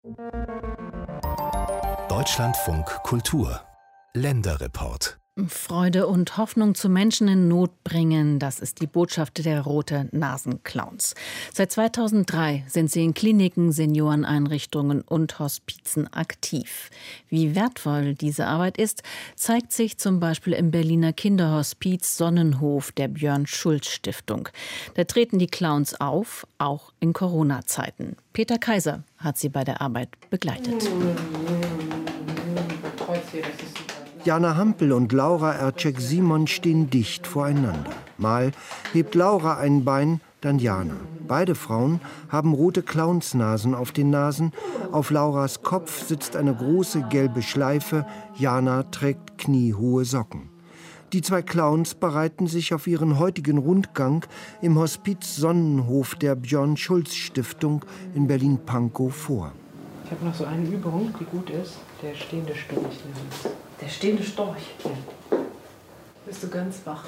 Deutschlandfunk Kultur Länderreport. Freude und Hoffnung zu Menschen in Not bringen, das ist die Botschaft der Rote-Nasen-Clowns. Seit 2003 sind sie in Kliniken, Senioreneinrichtungen und Hospizen aktiv. Wie wertvoll diese Arbeit ist, zeigt sich zum Beispiel im Berliner Kinderhospiz Sonnenhof der Björn-Schulz-Stiftung. Da treten die Clowns auf, auch in Corona-Zeiten. Peter Kaiser hat sie bei der Arbeit begleitet. Jana Hampel und Laura Ercek-Simon stehen dicht voreinander. Mal hebt Laura ein Bein, dann Jana. Beide Frauen haben rote Clownsnasen auf den Nasen. Auf Lauras Kopf sitzt eine große gelbe Schleife. Jana trägt kniehohe Socken. Die zwei Clowns bereiten sich auf ihren heutigen Rundgang im Hospiz Sonnenhof der Björn-Schulz-Stiftung in Berlin-Pankow vor. Ich habe noch so eine Übung, die gut ist. Der stehende Storch. Der stehende Storch? Ja. Bist du ganz wach?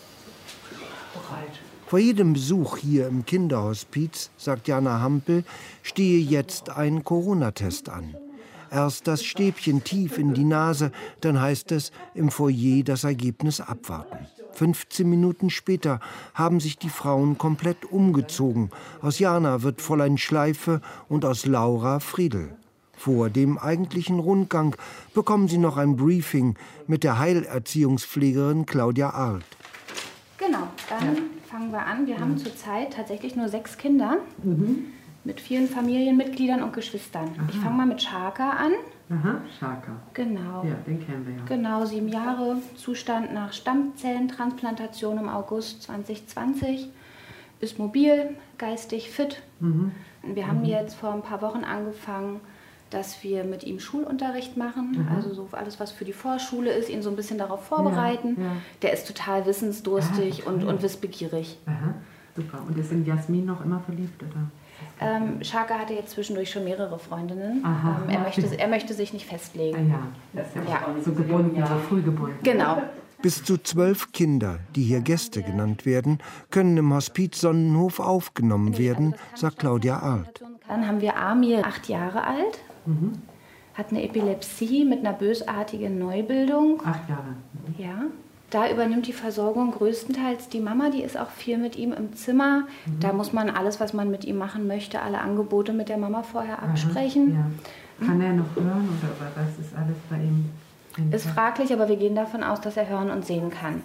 Bereit. Vor jedem Besuch hier im Kinderhospiz, sagt Jana Hampel, stehe jetzt ein Corona-Test an. Erst das Stäbchen tief in die Nase, dann heißt es, im Foyer das Ergebnis abwarten. 15 Minuten später haben sich die Frauen komplett umgezogen. Aus Jana wird Fräulein Schleife und aus Laura Friedel. Vor dem eigentlichen Rundgang bekommen sie noch ein Briefing mit der Heilerziehungspflegerin Claudia Arlt. Genau, dann fangen wir an. Wir haben zurzeit tatsächlich nur 6 Kinder mit vielen Familienmitgliedern und Geschwistern. Aha. Ich fange mal mit Schaka an. Aha, Schaka. Genau. Ja, den kennen wir ja. Genau, 7 Jahre, Zustand nach Stammzellentransplantation im August 2020. Ist mobil, geistig fit. Wir haben jetzt vor ein paar Wochen angefangen, dass wir mit ihm Schulunterricht machen, also so alles, was für die Vorschule ist, ihn so ein bisschen darauf vorbereiten. Ja. Der ist total wissensdurstig und wissbegierig. Aha, super. Und ist in Jasmin noch immer verliebt, oder? Schaka hatte jetzt zwischendurch schon mehrere Freundinnen. Aha. Er möchte sich nicht festlegen. Ja, das ist ja so gebunden, so früh gebunden. Genau. Bis zu 12 Kinder, die hier Gäste genannt werden, können im Hospiz Sonnenhof aufgenommen werden, sagt Claudia Arlt. Dann haben wir Amir, 8 Jahre alt, hat eine Epilepsie mit einer bösartigen Neubildung. 8 Jahre. Ja. Da übernimmt die Versorgung größtenteils die Mama, die ist auch viel mit ihm im Zimmer. Da muss man alles, was man mit ihm machen möchte, alle Angebote mit der Mama vorher absprechen. Ja. Kann er noch hören oder was ist alles bei ihm? Ist fraglich, aber wir gehen davon aus, dass er hören und sehen kann.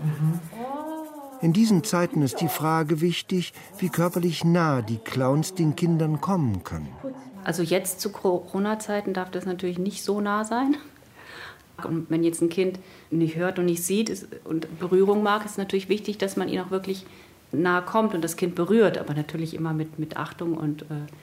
In diesen Zeiten ist die Frage wichtig, wie körperlich nah die Clowns den Kindern kommen können. Also jetzt zu Corona-Zeiten darf das natürlich nicht so nah sein. Und wenn jetzt ein Kind nicht hört und nicht sieht und Berührung mag, ist es natürlich wichtig, dass man ihn auch wirklich nahe kommt und das Kind berührt. Aber natürlich immer mit Achtung. Und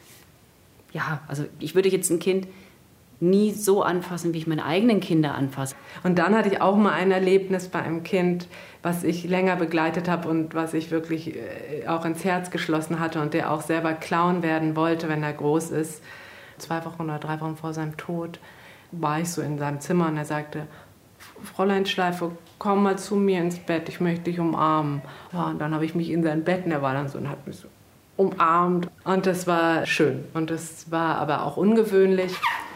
also ich würde jetzt ein Kind nie so anfassen, wie ich meine eigenen Kinder anfasse. Und dann hatte ich auch mal ein Erlebnis bei einem Kind, was ich länger begleitet habe und was ich wirklich auch ins Herz geschlossen hatte und der auch selber Clown werden wollte, wenn er groß ist. 2 Wochen oder 3 Wochen vor seinem Tod war ich so in seinem Zimmer und er sagte, Fräulein Schleife, komm mal zu mir ins Bett, ich möchte dich umarmen. Ja, und dann habe ich mich in sein Bett und er war dann so und hat mich so umarmt. Und das war schön und das war aber auch ungewöhnlich.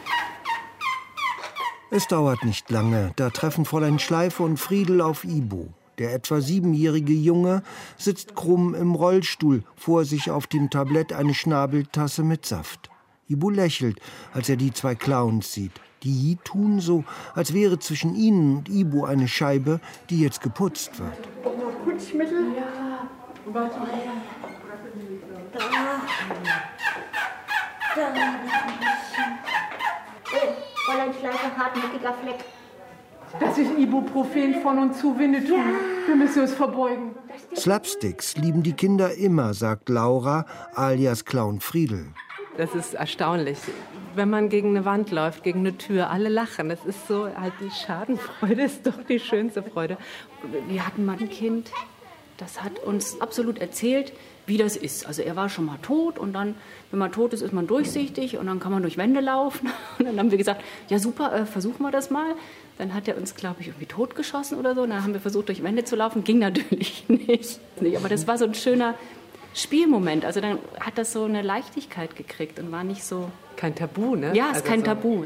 Es dauert nicht lange, da treffen Fräulein Schleife und Friedel auf Ibo. Der etwa 7-jährige Junge sitzt krumm im Rollstuhl, vor sich auf dem Tablett eine Schnabeltasse mit Saft. Ibo lächelt, als er die 2 Clowns sieht. Die tun so, als wäre zwischen ihnen und Ibo eine Scheibe, die jetzt geputzt wird. Putzmittel? Ja. Warte. Da. Fräulein Schleife, hartnäckiger Fleck. Das ist Ibuprofen von und zu Winnetou. Ja. Wir müssen uns verbeugen. Slapsticks lieben die Kinder immer, sagt Laura, alias Clown Friedel. Das ist erstaunlich. Wenn man gegen eine Wand läuft, gegen eine Tür, alle lachen. Das ist so, halt die Schadenfreude ist doch die schönste Freude. Wir hatten mal ein Kind, das hat uns absolut erzählt, wie das ist. Also er war schon mal tot und dann, wenn man tot ist, ist man durchsichtig und dann kann man durch Wände laufen. Und dann haben wir gesagt, ja super, versuchen wir das mal. Dann hat er uns, glaube ich, irgendwie totgeschossen oder so. Und dann haben wir versucht, durch Wände zu laufen. Ging natürlich nicht. Aber das war so ein schöner Spielmoment. Also dann hat das so eine Leichtigkeit gekriegt und war nicht so kein Tabu, ne? Ja, ist kein Tabu.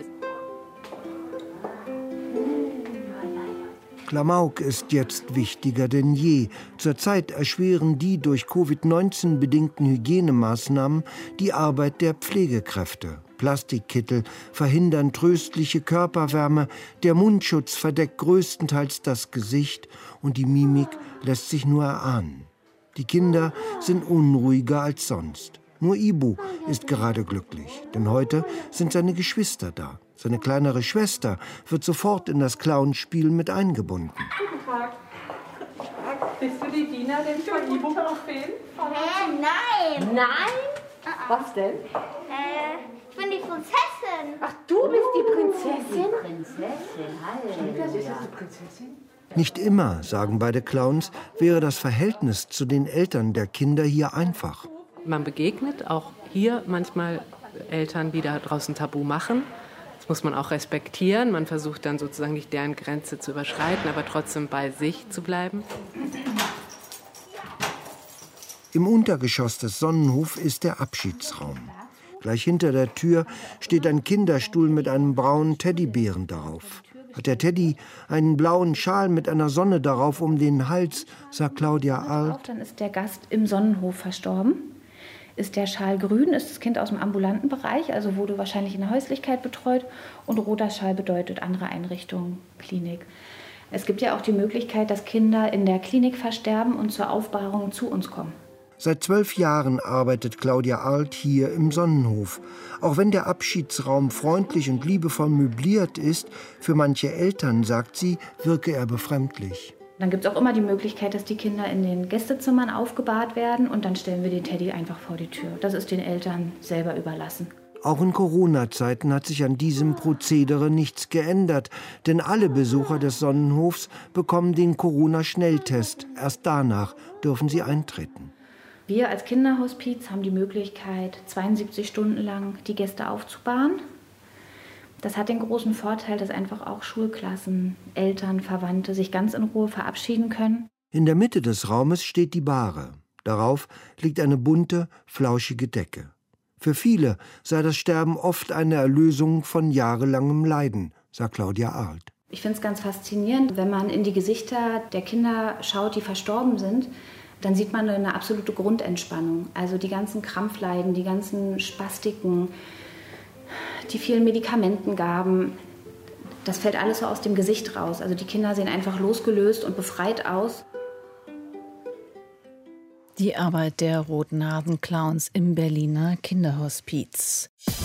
Klamauk ist jetzt wichtiger denn je. Zurzeit erschweren die durch Covid-19 bedingten Hygienemaßnahmen die Arbeit der Pflegekräfte. Plastikkittel verhindern tröstliche Körperwärme, der Mundschutz verdeckt größtenteils das Gesicht und die Mimik lässt sich nur erahnen. Die Kinder sind unruhiger als sonst. Nur Ibu ist gerade glücklich, denn heute sind seine Geschwister da. Seine kleinere Schwester wird sofort in das Clownspiel mit eingebunden. Guten Tag. Bist du die Dienerin von Ibuprofen? Nein. Nein? Was denn? Ich bin die Prinzessin. Ach, du bist die Prinzessin? Prinzessin, Ist das die Prinzessin? Nicht immer, sagen beide Clowns, wäre das Verhältnis zu den Eltern der Kinder hier einfach. Man begegnet auch hier manchmal Eltern, die da draußen Tabu machen. Das muss man auch respektieren. Man versucht dann sozusagen nicht deren Grenze zu überschreiten, aber trotzdem bei sich zu bleiben. Im Untergeschoss des Sonnenhof ist der Abschiedsraum. Gleich hinter der Tür steht ein Kinderstuhl mit einem braunen Teddybären darauf. Hat der Teddy einen blauen Schal mit einer Sonne darauf um den Hals, sagt Claudia Arlt. Dann ist der Gast im Sonnenhof verstorben. Ist der Schal grün, ist das Kind aus dem ambulanten Bereich, also wurde wahrscheinlich in der Häuslichkeit betreut. Und roter Schal bedeutet andere Einrichtung, Klinik. Es gibt ja auch die Möglichkeit, dass Kinder in der Klinik versterben und zur Aufbahrung zu uns kommen. Seit 12 Jahren arbeitet Claudia Arlt hier im Sonnenhof. Auch wenn der Abschiedsraum freundlich und liebevoll möbliert ist, für manche Eltern, sagt sie, wirke er befremdlich. Dann gibt es auch immer die Möglichkeit, dass die Kinder in den Gästezimmern aufgebahrt werden und dann stellen wir den Teddy einfach vor die Tür. Das ist den Eltern selber überlassen. Auch in Corona-Zeiten hat sich an diesem Prozedere nichts geändert, denn alle Besucher des Sonnenhofs bekommen den Corona-Schnelltest. Erst danach dürfen sie eintreten. Wir als Kinderhospiz haben die Möglichkeit, 72 Stunden lang die Gäste aufzubahren. Das hat den großen Vorteil, dass einfach auch Schulklassen, Eltern, Verwandte sich ganz in Ruhe verabschieden können. In der Mitte des Raumes steht die Bahre. Darauf liegt eine bunte, flauschige Decke. Für viele sei das Sterben oft eine Erlösung von jahrelangem Leiden, sagt Claudia Arlt. Ich finde es ganz faszinierend, wenn man in die Gesichter der Kinder schaut, die verstorben sind, dann sieht man eine absolute Grundentspannung. Also die ganzen Krampfleiden, die ganzen Spastiken, die vielen Medikamentengaben, das fällt alles so aus dem Gesicht raus. Also die Kinder sehen einfach losgelöst und befreit aus. Die Arbeit der Rotnasen-Clowns im Berliner Kinderhospiz.